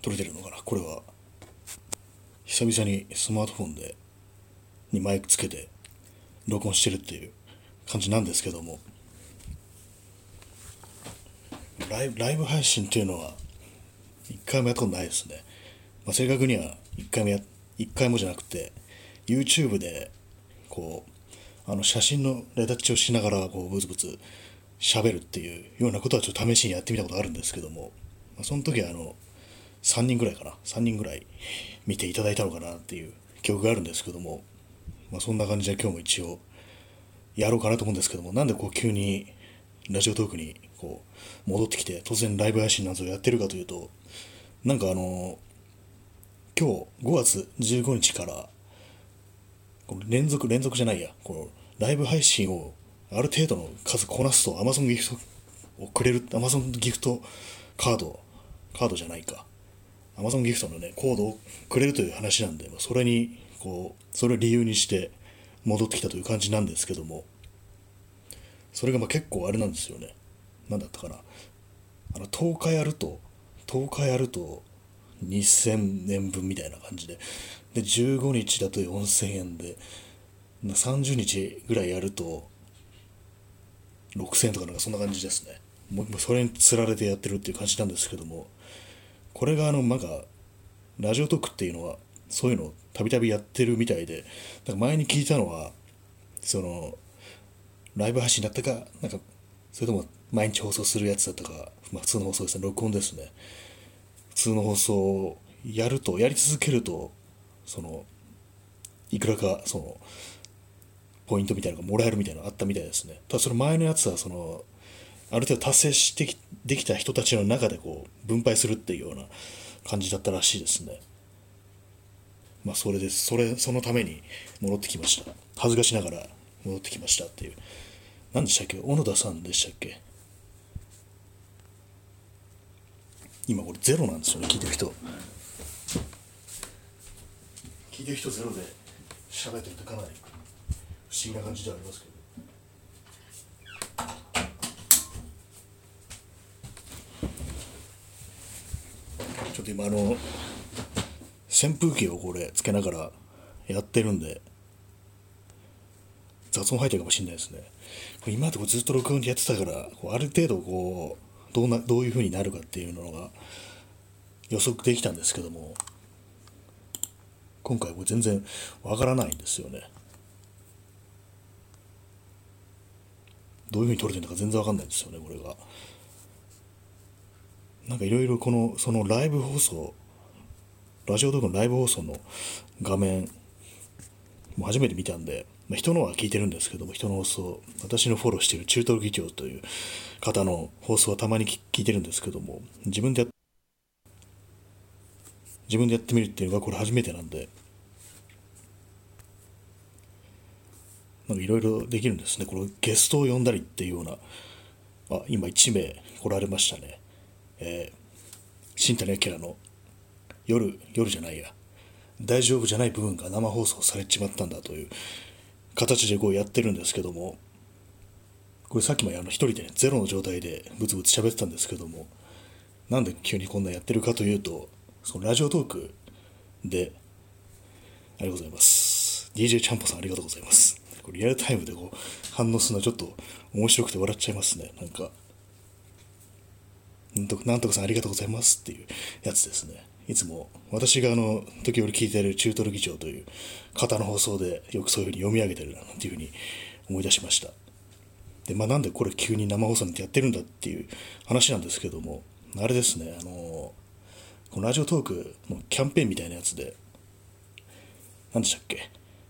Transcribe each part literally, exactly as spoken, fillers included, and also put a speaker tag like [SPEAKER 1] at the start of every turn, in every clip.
[SPEAKER 1] 撮れてるのかな。これは久々にスマートフォンでにマイクつけて録音してるっていう感じなんですけども、ライブライブ配信っていうのは一回もやったことないですね。まあ、正確には一回もや一回もじゃなくて YouTube でこうあの写真のレタッチをしながらこうブツブツ喋るっていうようなことはちょっと試しにやってみたことあるんですけども、まあ、その時はあのさんにんぐらいかなさんにんぐらい見ていただいたのかなっていう記憶があるんですけども、まあ、そんな感じで今日も一応やろうかなと思うんですけども、なんでこう急にラジオトークにこう戻ってきて突然ライブ配信なんぞをやってるかというと、なんかあの今日ごがつじゅうごにちからこの連続連続じゃないやこのライブ配信をある程度の数こなすと Amazon ギフトをくれる Amazon ギフトカードカードじゃないか Amazon ギフトのねコードをくれるという話なんで、それにこうそれを理由にして戻ってきたという感じなんですけども、それがまあ結構あれなんですよね。なんだったかな、あのとおかやるととおかやるとにせんえんぶんみたいな感じで、でじゅうごにちだとよんせんえんで、さんじゅうにちぐらいやるとろくせんえんとかなんかそんな感じですね。もうそれにつられてやってるっていう感じなんですけども、これがあのなんかラジオトークっていうのはそういうのをたびたびやってるみたいで、なんか前に聞いたのはそのライブ配信だったかなんか、それとも毎日放送するやつだったか、まあ、普通の放送ですね、録音ですね。普通の放送をやるとやり続けるとそのいくらかそのポイントみたいなのがもらえるみたいなのがあったみたいですね。ただその前のやつはそのある程度達成してきできた人たちの中でこう分配するっていうような感じだったらしいですね。まあそれですそれそのために戻ってきました。恥ずかしながら戻ってきましたっていう。何でしたっけ、小野田さんでしたっけ。今これゼロなんですよね、聞いてる人聞いてる人ゼロで喋ってるってかなり不思議な感じではありますけど、ちょっと今あの扇風機をこれつけながらやってるんで雑音入ってるかもしれないですね。これ今までこうずっと録音でやってたからこうある程度こうどうなどういう風になるかっていうのが予測できたんですけども、今回これ全然わからないんですよね。どういう風に撮れてるのか全然わかんないんですよね、これが。なんかいろいろこのそのライブ放送ラジオトークのライブ放送の画面も初めて見たんで、まあ、人のは聞いてるんですけども、人の放送、私のフォローしている中トロ議長という方の放送はたまに聞いてるんですけども、自分でや自分でやってみるっていうのがこれ初めてなんで、なんかいろいろできるんですね。これゲストを呼んだりっていうような、あ、今いちめい来られましたね。えー、新谷明の夜、夜じゃないや、大丈夫じゃない部分が生放送されちまったんだという形でこうやってるんですけども、これさっきまであの一人でゼロの状態でブツブツ喋ってたんですけども、なんで急にこんなやってるかというと、そのラジオトークで、ありがとうございます。ディージェー チャンポさんありがとうございます。これリアルタイムでこう反応するのはちょっと面白くて笑っちゃいますね。なんか、なんとなんとかさんありがとうございますっていうやつですね。いつも私があの時折聞いている中トロ議長という方の放送でよくそういうふうに読み上げてるなっていうふうに思い出しました。で、まあなんでこれ急に生放送なんてやってるんだっていう話なんですけども、あれですね、あのこのラジオトークのキャンペーンみたいなやつで、何でしたっけ、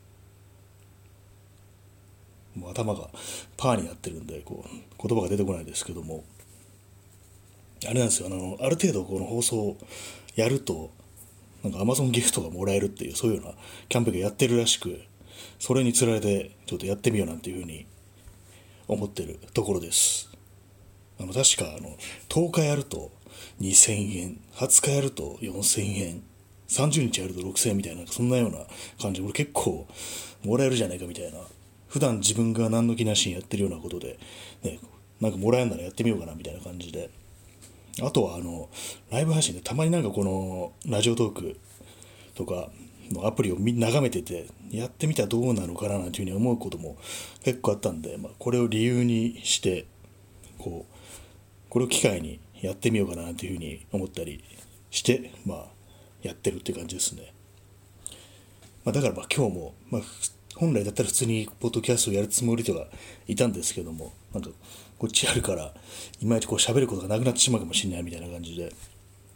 [SPEAKER 1] もう頭がパーになってるんでこう言葉が出てこないですけども、あれなんですよ、あのある程度この放送をやるとなんか Amazon ギフトがもらえるっていうそういうようなキャンペーンがやってるらしく、それにつられてちょっとやってみようなんていうふうに思ってるところです。あの確かあのとおかやるとにせんえん、はつかやるとよんせんえん、さんじゅうにちやるとろくせんえんみたいな、そんなような感じで、俺結構もらえるじゃないかみたいな、普段自分が何の気なしにやってるようなことで、ね、なんかもらえるならやってみようかなみたいな感じであとはあのライブ配信でたまになんかこのラジオトークとかのアプリを見眺めててやってみたらどうなのかななんていうふうに思うことも結構あったんで、まあ、これを理由にしてこうこれを機会にやってみようかななんていうふうに思ったりして、まあ、やってるっていう感じですね。まあ、だからまあ今日も、まあ、本来だったら普通にポッドキャストをやるつもりではいたんですけども、なんかこっちやるからいまいちこう喋ることがなくなってしまうかもしれないみたいな感じで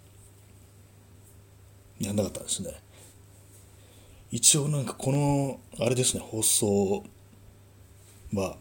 [SPEAKER 1] やんなかったんですね。一応なんかこのあれですね、放送は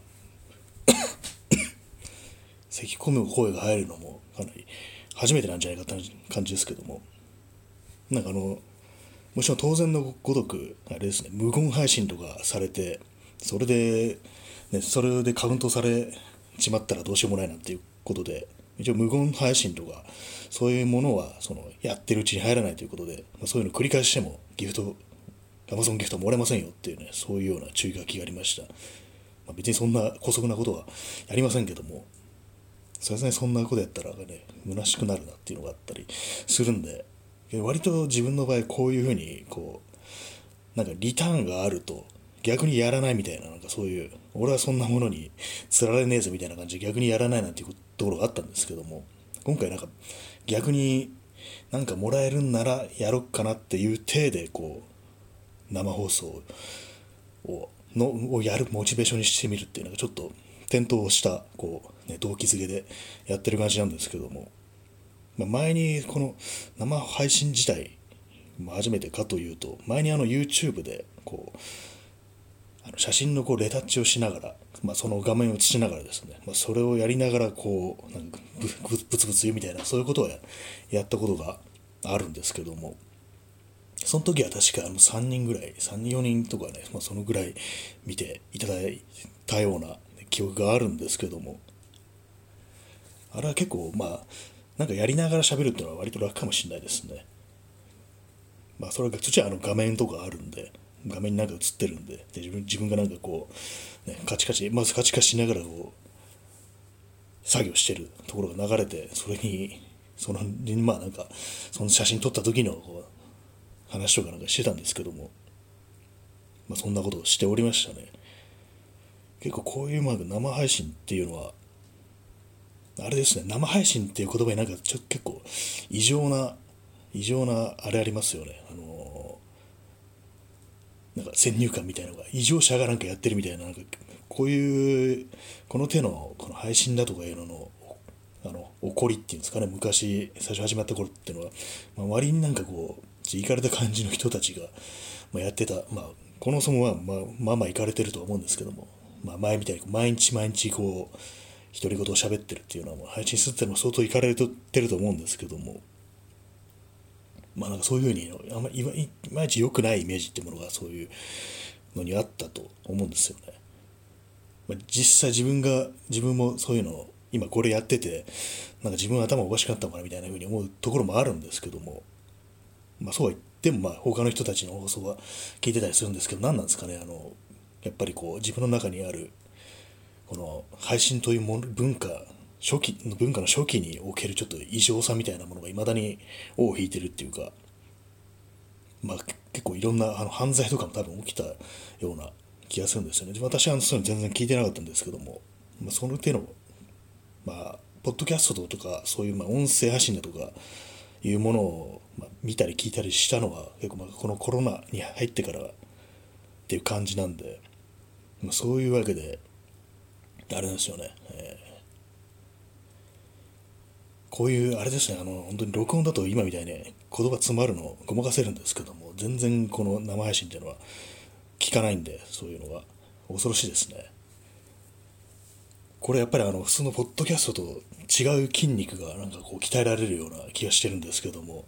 [SPEAKER 1] 咳き込む声が入るのもかなり初めてなんじゃないかって感じですけども、なんかあのもちろん当然のごとくあれですね、無言配信とかされてそれで、ね、それでカウントされちまったらどうしようもないなっていうことで、一応無言配信とかそういうものはそのやってるうちに入らないということで、まあ、そういうの繰り返してもギフトアマゾンギフトもらえませんよっていうね、そういうような注意書きがありました。まあ、別にそんな姑息なことはやりませんけども、さすがにそんなことやったらね、虚しくなるなっていうのがあったりするんで、割と自分の場合こういうふうにこうなんかリターンがあると逆にやらないみたいな、なんかそういう俺はそんなものにつられねえぞみたいな感じで逆にやらないなんていうところがあったんですけども、今回なんか逆になんかもらえるんならやろっかなっていう体でこう生放送をのをやるモチベーションにしてみるっていうのがちょっと転倒したこう、ね、動機づけでやってる感じなんですけども、まあ、前にこの生配信自体初めてかというと、前にあの YouTube でこうあの写真のこうレタッチをしながら、まあ、その画面を映しながらですね、まあ、それをやりながらこうなんかブブブツブツ言うみたいな、そういうことをややったことがあるんですけども、その時は確かあのさんにんぐらいさんにんよにんとかね、まあ、そのぐらい見ていただいたような記憶があるんですけども、あれは結構まあなんかやりながら喋るっていうのは割と楽かもしれないですね。まあそれがそっちはあの画面とかあるんで、画面になんか映ってるんで、で自分自分がなんかこう、ね、カチカチまずカチカチしながらこう作業してるところが流れて、それにそのまあなんかその写真撮った時のこう話とかなんかしてたんですけども、まあ、そんなことをしておりましたね。結構こういうまあ生配信っていうのはあれですね、生配信っていう言葉になんかちょ結構異常な異常なあれありますよね。あのなんか先入観みたいなのが異常者がなんかやってるみたいな、なんかこういうこの手のこの配信だとかいうののあの起こりっていうんですかね、昔最初始まった頃っていうのは、まあ、割になんかこういかれた感じの人たちが、まあ、やってた、まあ、このそもは、まあ、まあまあいかれてるとは思うんですけども、まあ、前みたいに毎日毎日こう独り言を喋ってるっていうのはもう配信するっていうのも相当いかれてると思うんですけども、まあなんかそういうふうにあんまりいまいまいち良くないイメージっていうものがそういうのにあったと思うんですよね。まあ、実際自分が自分もそういうのを今これやっててなんか自分は頭おかしくなったのかなみたいなふうに思うところもあるんですけども、まあそうは言ってもまあ他の人たちの放送は聞いてたりするんですけど、何なんですかね、あのやっぱりこう自分の中にあるこの配信というもの文化初期の文化の初期におけるちょっと異常さみたいなものがいまだに尾を引いてるっていうか、まあ、結構いろんなあの犯罪とかも多分起きたような気がするんですよね。私はそういうの全然聞いてなかったんですけども、まあ、その手の、まあ、ポッドキャストとかそういうまあ音声発信だとかいうものを、まあ、見たり聞いたりしたのは結構まあこのコロナに入ってからっていう感じなんで、まあ、そういうわけであれなんですよね、えーこういうあれですね、あの本当に録音だと今みたいに言葉詰まるのをごまかせるんですけども、全然この生配信っていうのは聞かないんで、そういうのが恐ろしいですね。これやっぱりあの普通のポッドキャストと違う筋肉がなんかこう鍛えられるような気がしてるんですけども、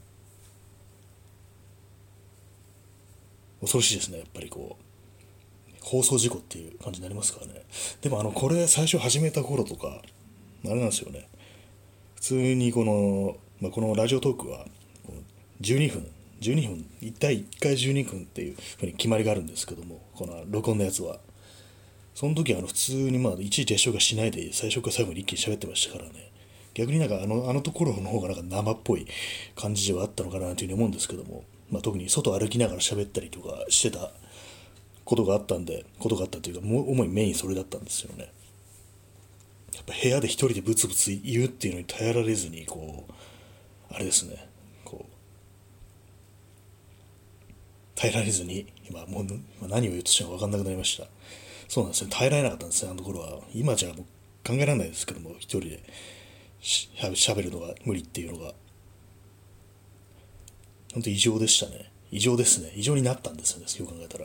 [SPEAKER 1] 恐ろしいですね、やっぱりこう放送事故っていう感じになりますからね。でもあのこれ最初始めた頃とかあれなんですよね、普通にこの、まあ、このラジオトークはじゅうにふんじゅうにふんいったいいっかいじゅうにふんっていうふうに決まりがあるんですけども、この録音のやつはその時はあの普通にまあ一時停止がしないで最初から最後に一気に喋ってましたからね、 逆になんかあの、あのところの方がなんか生っぽい感じではあったのかなというふうに思うんですけども、まあ、特に外歩きながら喋ったりとかしてたことがあったんで、ことがあったというか、もう主にメインそれだったんですよね。やっぱ部屋で一人でブツブツ言うっていうのに耐えられずに、こう、あれですね、こう、耐えられずに、今もう何を言うとしても分かんなくなりました。そうなんですね、耐えられなかったんですね、あの頃は。今じゃもう考えられないですけども、一人でしゃべるのが無理っていうのが、本当異常でしたね。異常ですね。異常になったんですよね、よく考えたら。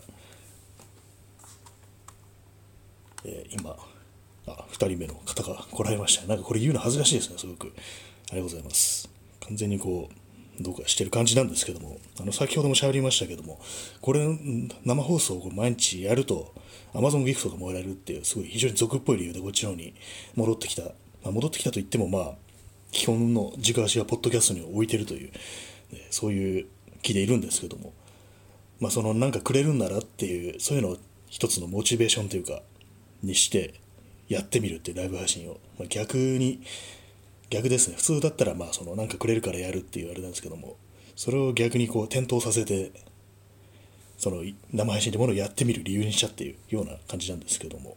[SPEAKER 1] えー、今、あ、ふたりめの方が来られましたね。なんかこれ言うの恥ずかしいですね、すごく。ありがとうございます。完全にこう、どうかしてる感じなんですけども、あの先ほども喋りましたけども、これ、生放送を毎日やると、Amazon ギフトがもらえるっていう、すごい非常に俗っぽい理由でこっちの方に戻ってきた。まあ、戻ってきたといっても、まあ、基本の軸足はポッドキャストに置いてるという、ね、そういう気でいるんですけども、まあ、そのなんかくれるんならっていう、そういうのを一つのモチベーションというか、にしてやってみるっていうライブ配信を、まあ、逆に逆ですね。普通だったらまあそのなんかくれるからやるっていうあれなんですけども、それを逆にこう転倒させて、その生配信でものをやってみる理由にしちゃっていうような感じなんですけども、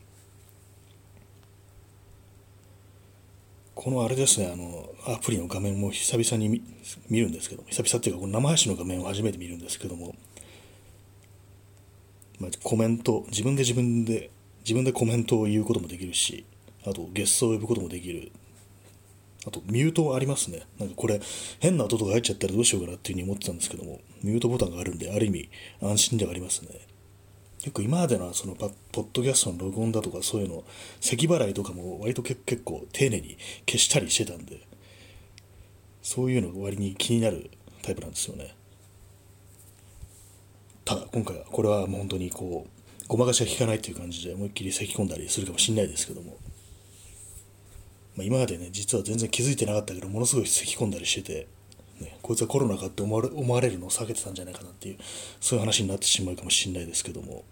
[SPEAKER 1] このあれですね、あのアプリの画面も久々に 見, 見るんですけども、久々っていうかこの生配信の画面を初めて見るんですけども、まあ、コメント自分で自分で自分でコメントを言うこともできるし、あとゲストを呼ぶこともできる。あとミュートありますね。なんかこれ変な音とか入っちゃったらどうしようかなっていうふうに思ってたんですけども、ミュートボタンがあるんで、ある意味安心ではありますね。結構今までのそのポッドキャストの録音だとかそういうの、咳払いとかも割と結構丁寧に消したりしてたんで、そういうのが割に気になるタイプなんですよね。ただ今回はこれはもう本当にこう、ごまかしが効かないっていう感じで思いっきり咳込んだりするかもしれないですけども、まあ、今までね、実は全然気づいてなかったけど、ものすごい咳き込んだりしてて、ね、こいつはコロナかって思われ思われるのを避けてたんじゃないかなっていう、そういう話になってしまうかもしれないですけども、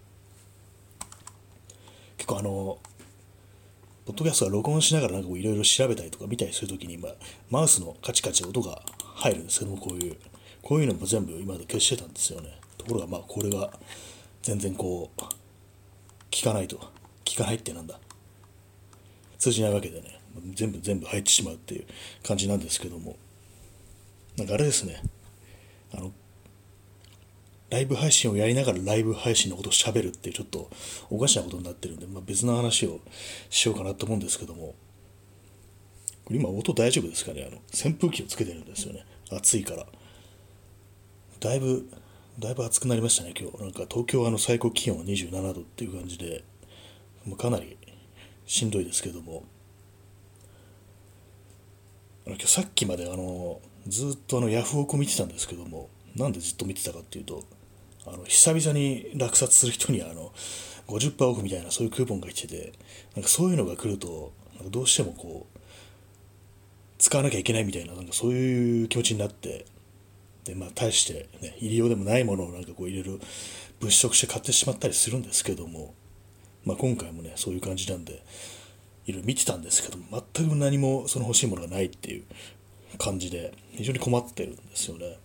[SPEAKER 1] 結構あの、ポッドキャストが録音しながらなんかいろいろ調べたりとか見たりするときに、まあ、マウスのカチカチ音が入るんですけども、こういう、こういうのも全部今まで消してたんですよね。ところがまあ、これが全然こう、聞かないと、聞かないってなんだ、通じないわけでね、全部全部入ってしまうっていう感じなんですけども、なんかあれですね、あのライブ配信をやりながらライブ配信のことをしゃべるっていうちょっとおかしなことになってるんで、まあ、別の話をしようかなと思うんですけども、これ今音大丈夫ですかね。あの扇風機をつけてるんですよね。暑いから。だいぶだいぶ暑くなりましたね今日。なんか東京はあの最高気温はにじゅうななどっていう感じで、まあ、かなりしんどいですけども、あの今日さっきまであのずっとあのヤフオク見てたんですけども、なんでずっと見てたかっていうと、あの久々に落札する人にはあのごじゅっパーセントオフみたいなそういうクーポンが来てて、なんかそういうのが来るとなんかどうしてもこう使わなきゃいけないみたいな、なんかそういう気持ちになって、でまあ大してね入りようでもないものをなんかこういろいろ物色して買ってしまったりするんですけども、まあ今回もねそういう感じなんでいろいろ見てたんですけども、全く何もその欲しいものがないっていう感じで非常に困ってるんですよね。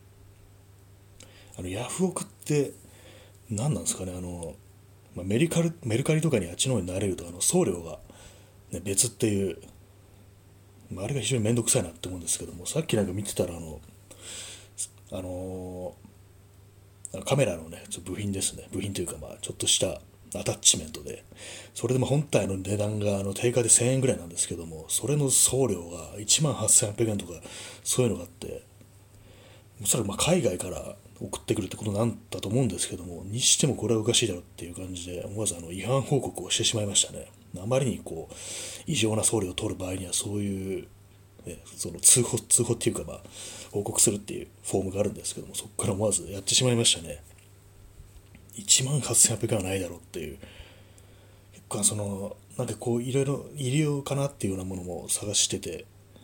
[SPEAKER 1] あのヤフオクって何なんですかね。あの、まあ、メリカルメルカリとかにあっちの方になれるとあの送料が、ね、別っていう、まあ、あれが非常に面倒くさいなって思うんですけども、さっきなんか見てたらあのあのーカメラのねちょっと部品ですね、部品というかまあちょっとしたアタッチメントで、それでも本体の値段があの定価でせんえんぐらいなんですけども、それの送料がいちまんはっせんはっぴゃくえんとかそういうのがあって、おそらくまあ海外から送ってくるってことなんだと思うんですけども、にしてもこれはおかしいだろうっていう感じで思わずあの違反報告をしてしまいましたね。あまりにこう異常な送料を取る場合にはそういう、ね、その通報通報っていうかまあ報告するっていうフォームがあるんですけども、そこから思わずやってしまいましたね。いちまんはっせんはっぴゃくえんはないだろうっていう、結構そのなんかこういろいろ入り用かなっていうようなものも探してて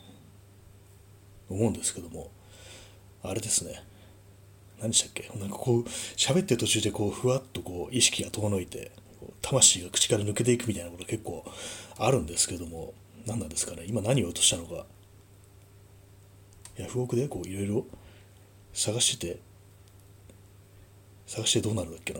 [SPEAKER 1] 思うんですけども、あれですね、何でしたっけ、なんかこう喋ってる途中でこうふわっとこう意識が遠のいて、魂が口から抜けていくみたいなこと結構あるんですけども、 何なんですかね、今何を言おうとしたのか。ヤフオクでこういろいろ探してて、探してどうなるんだっけな。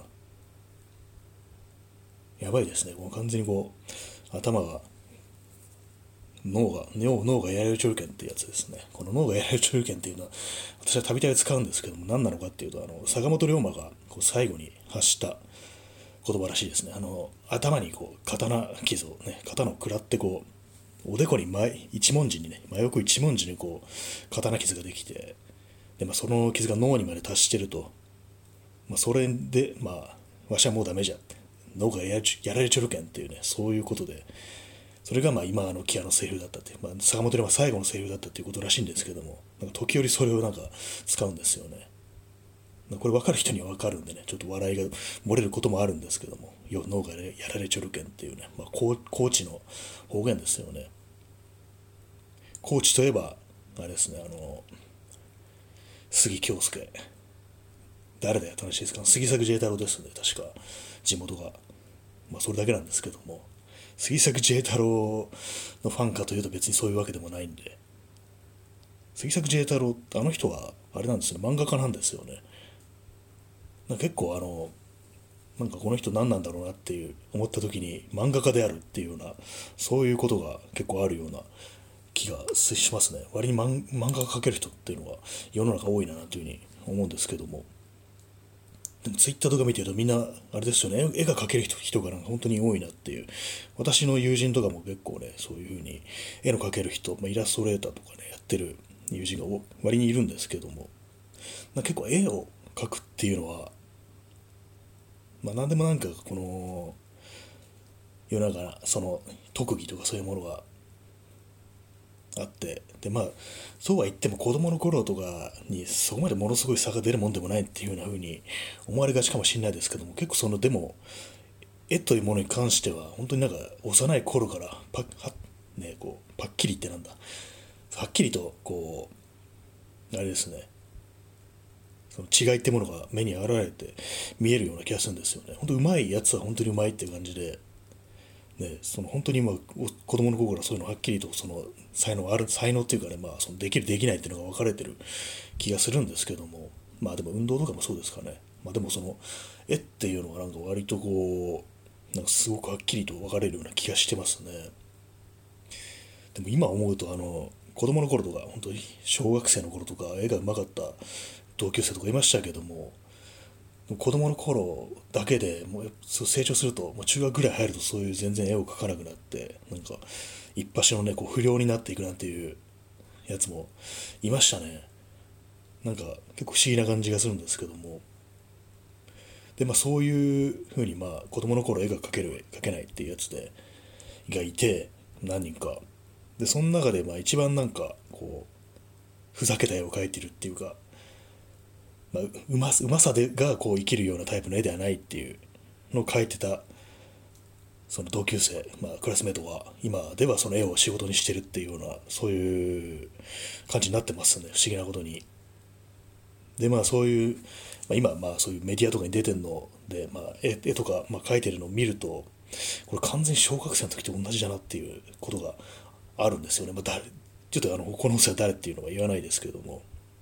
[SPEAKER 1] やばいですね。もう完全にこう、頭が、脳が、脳脳がやられる長距離ってやつですね。この脳がやられる長距離っていうのは、私はたびたび使うんですけども、何なのかっていうと、あの、坂本龍馬がこう最後に発した言葉らしいですね。あの、頭にこう、刀傷をね、刀を食らってこう、おでこに前、一文字にね、真横一文字にこう、刀傷ができて、で、まあ、その傷が脳にまで達してると、まあ、それで、まあ、わしはもうダメじゃって、脳がややられちょるけんっていうね、そういうことで、それがまあ今のキアのセリフだったって、まあ、坂本龍馬最後のセリフだったっていうことらしいんですけども、なんか時折それをなんか使うんですよね。これ分かる人には分かるんでね、ちょっと笑いが漏れることもあるんですけども、よ脳がやられちょるけんっていうね、まあ、高高知の方言ですよね。高知といえば、あれですね、あの、杉京介。誰だよって話ですか、杉作 J 太郎ですね、確か、地元が。まあ、それだけなんですけども、杉作 J 太郎のファンかというと別にそういうわけでもないんで、杉作 J 太郎ってあの人は、あれなんですね、漫画家なんですよね。なんか結構あの、なんかこの人何なんだろうなっていう思った時に漫画家であるっていうような、そういうことが結構あるような気がしますね。割に漫漫画描ける人っていうのが世の中多いなというふうに思うんですけども、でもツイッターとか見てるとみんなあれですよね、絵が描ける人人がなんか本当に多いなっていう。私の友人とかも結構ね、そういうふうに絵の描ける人、まあ、イラストレーターとかねやってる友人が割にいるんですけども、結構絵を描くっていうのは、まあ、何でもなんかこの世の中その特技とかそういうものがあって、でまあそうは言っても子供の頃とかにそこまでものすごい差が出るもんでもないっていうような風に思われがちかもしれないですけども、結構そのでも絵というものに関しては本当になんか幼い頃からパッはねこうパッキリってなんだはっきりとこうあれですね、その違いってものが目に現れて見えるような気がするんですよね。本当うまいやつは本当にうまいっていう感じで、ね、その本当に今子供の頃からそういうのはっきりとその才能ある才能っていうかね、まあ、そのできるできないっていうのが分かれてる気がするんですけども、まあでも運動とかもそうですかね。まあでもその絵っていうのがなんか割とこうなんかすごくはっきりと分かれるような気がしてますね。でも今思うとあの子供の頃とか本当に小学生の頃とか絵がうまかった同級生とかいましたけども、子供の頃だけでもう成長するともう中学ぐらい入るとそういう全然絵を描かなくなって、なんか一発のねこう不良になっていくなんていうやつもいましたね。なんか結構不思議な感じがするんですけども、でまあそういうふうにまあ子供の頃絵が描ける描けないっていうやつでがいて、何人かでその中でまあ一番なんかこうふざけた絵を描いてるっていうか、まあ、うまうまさでがこう生きるようなタイプの絵ではないっていうのを描いてたその同級生、まあ、クラスメートが今ではその絵を仕事にしてるっていうようなそういう感じになってますね、不思議なことに。でまあそういう、まあ、今まあそういうメディアとかに出てるので、まあ、絵絵とかまあ描いてるのを見るとこれ完全に小学生の時と同じだなっていうことがあるんですよね。まあ、誰ちょっとあのこの人は誰っていうのは言わないですけれども、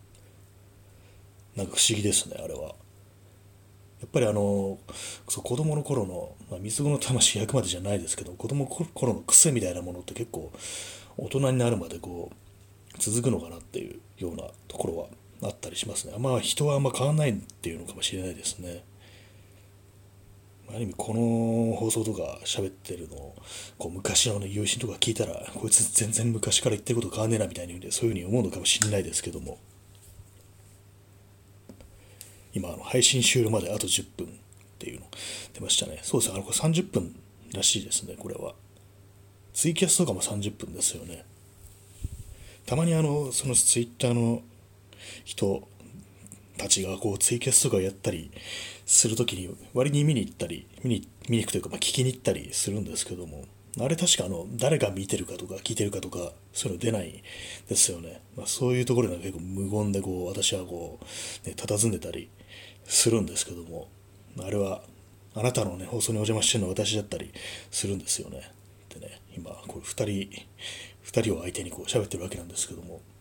[SPEAKER 1] なんか不思議ですねあれは。やっぱりあのそう子供の頃の、まあ、三つ子の魂ひゃくまでじゃないですけど、子供の頃の癖みたいなものって結構大人になるまでこう続くのかなっていうようなところはあったりしますね。まあ人はあんま変わんないっていうのかもしれないですね。ある意味この放送とか喋ってるのをこう昔の、ね、友人とか聞いたらこいつ全然昔から言ってること変わんねえなみたいにそういうふうに思うのかもしれないですけども、今あの配信終了まであとじゅっぷんっていうの出ましたね。そうですね、あのこれさんじゅっぷんらしいですね。これはツイキャスとかもさんじゅっぷんですよね。たまにあのそのツイッターの人たちがこうツイキャスとかやったりするときに割に見に行ったり見に見に行くというか、まあ、聞きに行ったりするんですけども、あれ確かあの誰が見てるかとか聞いてるかとかそういうの出ないですよね。まあ、そういうところで結構無言でこう私はこう、ね、佇んでたりするんですけども、あれはあなたのね放送にお邪魔してるのは私だったりするんですよね。でね、 今これふたりふたりを相手にこう喋ってるわけなんですけども、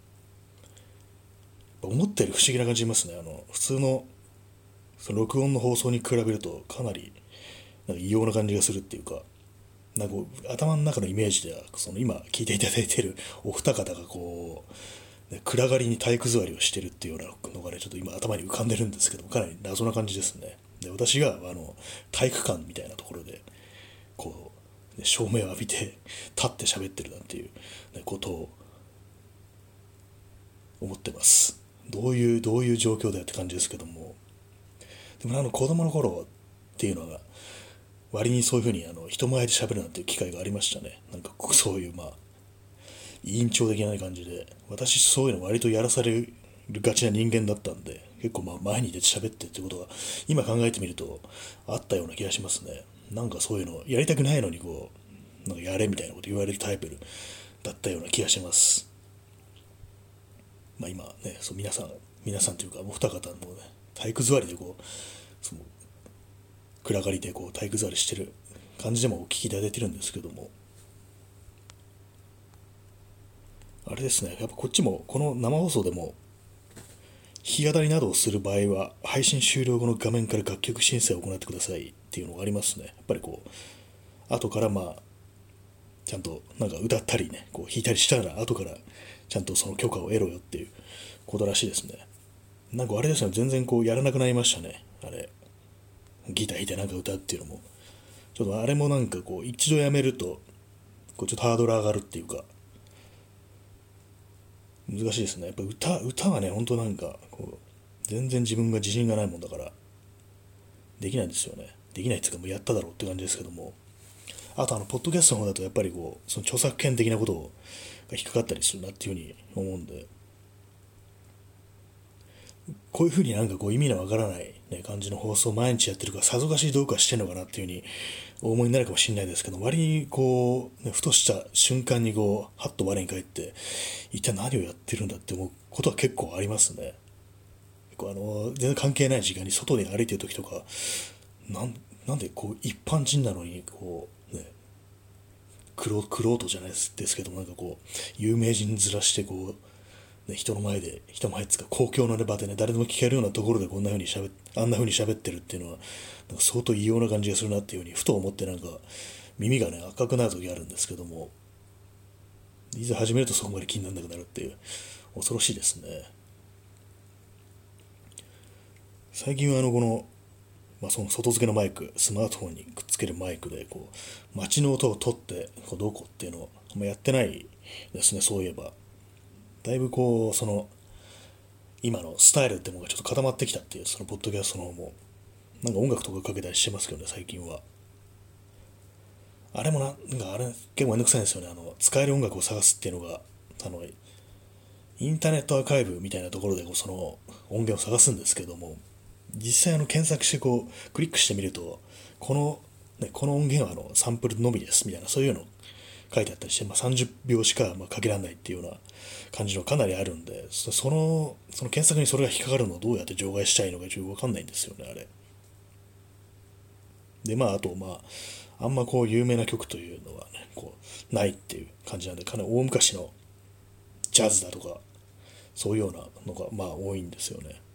[SPEAKER 1] 思ったより不思議な感じしますね。あの普通のその録音の放送に比べるとかなりなんか異様な感じがするっていうか、なんかこう頭の中のイメージではその今聞いていただいているお二方がこう、ね、暗がりに体育座りをしてるっていうようなのがねちょっと今頭に浮かんでるんですけども、かなり謎な感じですね。で私があの体育館みたいなところでこう、ね、照明を浴びて立って喋ってるなんていう、ね、ことを思ってます。どういうどういう状況だよって感じですけども、でもあの子供の頃っていうのが割にそういうふうにあの人前で喋るなんていう機会がありましたね。なんかそういうまあ委員長的な感じで、私そういうの割とやらされるがちな人間だったんで、結構まあ前に出て喋ってってことが今考えてみるとあったような気がしますね。なんかそういうのやりたくないのにこうなんかやれみたいなこと言われるタイプだったような気がします。まあ今ね、そう皆さん皆さんというかお二方もね体育座りでこうその暗がりでこう体育座りしてる感じでもお聞きいただいてるんですけども、あれですね、やっぱこっちもこの生放送でも弾き語りなどをする場合は配信終了後の画面から楽曲申請を行ってくださいっていうのがありますね。やっぱりこう後からまあちゃんとなんか歌ったりねこう弾いたりしたら後からちゃんとその許可を得ろよっていうことらしいですね。なんかあれですね、全然こうやらなくなりましたね。あれギター弾いてなんか歌うっていうのもちょっとあれもなんかこう一度やめるとこうちょっとハードル上がるっていうか難しいですね。やっぱ歌歌はね本当なんかこう全然自分が自信がないもんだからできないんですよね。できないっていうかもうやっただろうって感じですけども、あとあのポッドキャストの方だとやっぱりこうその著作権的なことが引っかかったりするなっていうふうに思うんで、こういうふうになんかこう意味のわからない、ね、感じの放送を毎日やってるからさぞかしどうかしてんのかなっていうふうにお思いになるかもしれないですけど、割にこう、ね、ふとした瞬間にこうハッと我に返って一体何をやってるんだって思うことは結構ありますね。結構あの全然関係ない時間に外で歩いてる時とかなんなんでこう一般人なのにこうねクロクロートじゃないですですけどなんかこう有名人ずらしてこう、ね、人の前で人前つか公共の場でね誰でも聞けるようなところでこんな風にしゃべあんな風に喋ってるっていうのはなんか相当異様な感じがするなっていうふうにふと思ってなんか耳がね赤くなる時あるんですけども、いざ始めるとそこまで気にならなくなるっていう恐ろしいですね。最近はあのこのまあ、その外付けのマイクスマートフォンにくっつけるマイクでこう街の音を取ってこうどうこうっていうのをあんまやってないですね。そういえばだいぶこうその今のスタイルってものがちょっと固まってきたっていうそのポッドキャストの方もなんか音楽とかかけたりしてますけどね最近は。あれもななんかあれ結構めんどくさいんですよね。あの使える音楽を探すっていうのがあのインターネットアーカイブみたいなところでこうその音源を探すんですけども、実際あの検索してこうクリックしてみるとこの、ね、この音源はあのサンプルのみですみたいなそういうの書いてあったりして、まあ、さんじゅうびょうしかまあかけられないっていうような感じのかなりあるんで、そそのその検索にそれが引っかかるのをどうやって除外したいのかちょっと分かんないんですよねあれで。まああとまああんまこう有名な曲というのはねこうないっていう感じなんで、かなり大昔のジャズだとかそういうようなのがまあ多いんですよね。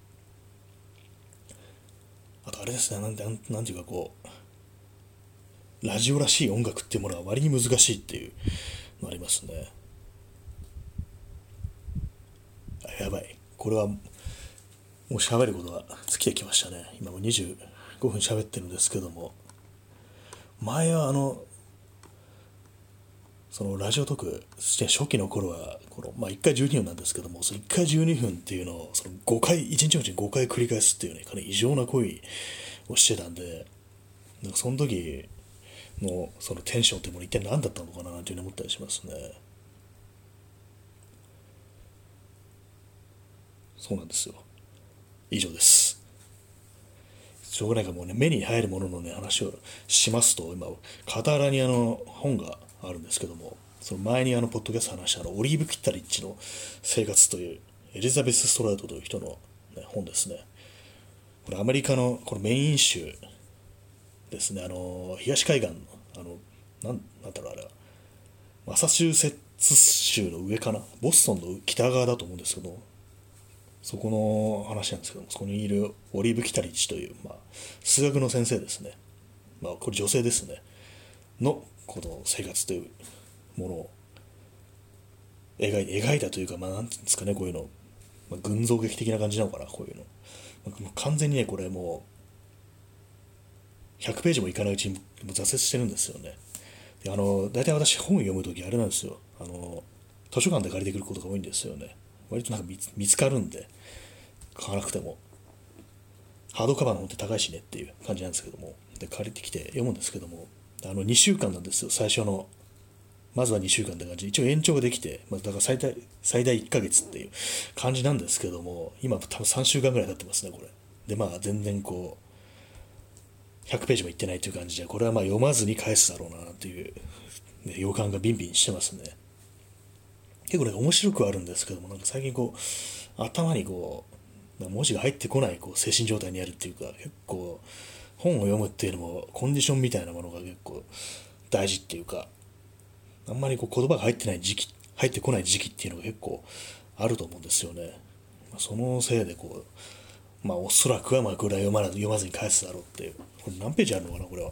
[SPEAKER 1] あとあれですね、なんてなんなんていうかこうラジオらしい音楽っていうものは割に難しいっていうのありますね。あやばい、これはもう喋ることが尽きてきましたね。今もにじゅうごふん喋ってるんですけども、前はあのそのラジオトークして初期の頃はこの、まあ、いっかいじゅうにふんなんですけども、そのいっかいじゅうにふんっていうのをそのごかいいちにちのうちにごかい繰り返すっていうねかなり異常な行為をしてたんで、なんかその時のそのテンションってもの一体何だったのかなというふうに思ったりしますね。そうなんですよ。以上です。しょうがないからもうね目に入るもののね話をしますと、今傍らにあの本があるんですけども、その前にあのポッドキャスト話したあのオリーブ・キッタリッチの生活というエリザベス・ストラウトという人の、ね、本ですね。これアメリカのこのメイン州ですね。あの東海岸のあのなんなんだろうあれはマサチューセッツ州の上かな、ボストンの北側だと思うんですけど、そこの話なんですけども、そこにいるオリーブ・キタリッチという、まあ、数学の先生ですね。まあ、これ女性ですね。の、この生活というものを描いて、描いたというか、まあ、なんていうんですかね、こういうの。まあ、群像劇的な感じなのかな、こういうの。まあ、もう完全にね、これもう、ひゃくページもいかないうちに挫折してるんですよね。で、あの、大体私本読むときあれなんですよ。あの、図書館で借りてくることが多いんですよね。割となんか見つ見つかるんで、買わなくても。ハードカバーの本って高いしねっていう感じなんですけども。で、借りてきて読むんですけども、あの、にしゅうかんなんですよ、最初の。まずはにしゅうかんって感じ。一応延長ができて、まあ、だから最大、最大いっかげつっていう感じなんですけども、今多分さんしゅうかんぐらい経ってますね、これ。で、まあ全然こう、ひゃくページもいってないという感じで、これはまあ読まずに返すだろうなっていう、ね、予感がビンビンしてますね。結構ね、面白くはあるんですけども、なんか最近こう、頭にこう、文字が入ってこないこう精神状態にあるっていうか、結構、本を読むっていうのもコンディションみたいなものが結構大事っていうか、あんまりこう言葉が入ってない時期、入ってこない時期っていうのが結構あると思うんですよね。そのせいでこう、まあおそらくはまあこれは読ま読まずに返すだろうっていう。これ何ページあるのかな、これは。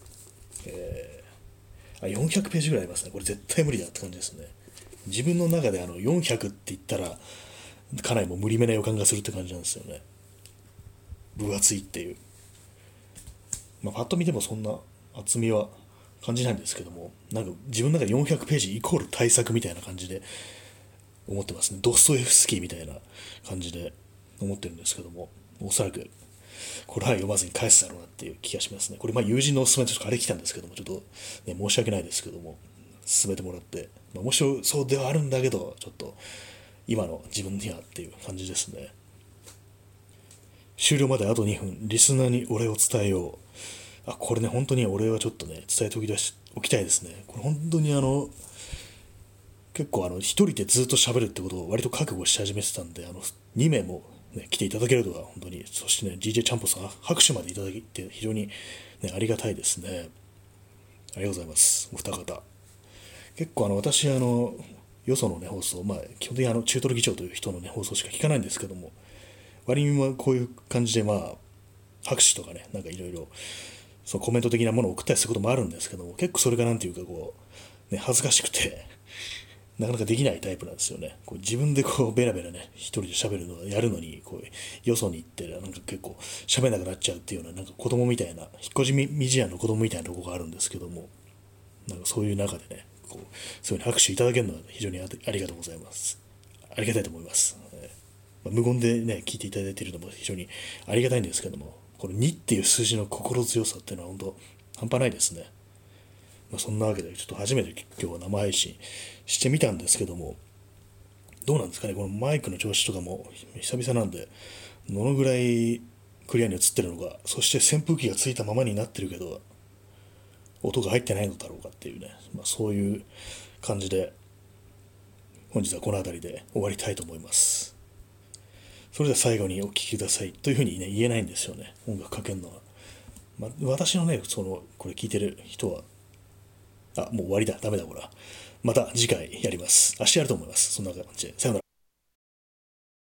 [SPEAKER 1] あ、よんひゃくページぐらいありますね。これ絶対無理だって感じですね。自分の中であのよんひゃくって言ったら、かなりもう無理めな予感がするって感じなんですよね。分厚いっていう。まあ、パッと見てもそんな厚みは感じないんですけども、なんか自分の中でよんひゃくページイコール大作みたいな感じで思ってますね。ドストエフスキーみたいな感じで思ってるんですけども、おそらくこれは読まずに返すだろうなっていう気がしますね。これまあ友人のおすすめでちょっと借りてきたんですけども、ちょっと、ね、申し訳ないですけども、勧めてもらって、まあ、面白そうではあるんだけど、ちょっと今の自分にはっていう感じですね。終了まであとにふん、リスナーにお礼を伝えよう。あ、これね、本当にお礼はちょっとね、伝えておき出しおきたいですね。これ本当にあの、結構あの、一人でずっと喋るってことを割と覚悟し始めてたんで、あの、にめいも、ね、来ていただけるとは本当に、そしてね、ディージェー チャンポさん、拍手までいただいて非常に、ね、ありがたいですね。ありがとうございます。お二方。結構あの、私、あの、よそのね、放送、まあ、基本的にあの、中トロ議長という人のね、放送しか聞かないんですけども、割にはこういう感じで、まあ、拍手とかね、なんかいろいろ、そのコメント的なものを送ったりすることもあるんですけども、結構それがなんていうかこう、ね、恥ずかしくて、なかなかできないタイプなんですよね。こう自分でこうベラベラね、一人で喋るのをやるのに、こう、よそに行って、なんか結構喋んなくなっちゃうっていうような、なんか子供みたいな、引っ越しみミジアンの子供みたいなところがあるんですけども、なんかそういう中でね、こう、そういう拍手いただけるのは非常にありがとうございます。ありがたいと思います。えーまあ、無言でね、聞いていただいているのも非常にありがたいんですけども、このにっていう数字の心強さっていうのは本当半端ないですね。まあ、そんなわけでちょっと初めて今日は生配信してみたんですけども、どうなんですかね、このマイクの調子とかも久々なんで、どのぐらいクリアに映ってるのか、そして扇風機がついたままになってるけど、音が入ってないのだろうかっていうね、まあ、そういう感じで、本日はこの辺りで終わりたいと思います。それでは最後にお聴きくださいというふうにね、言えないんですよね、音楽かけるのは。まあ、私のね、その、これ聞いてる人は、あ、もう終わりだ、ダメだ、これは。また次回やります。明日やると思います。そんな感じで。さよなら。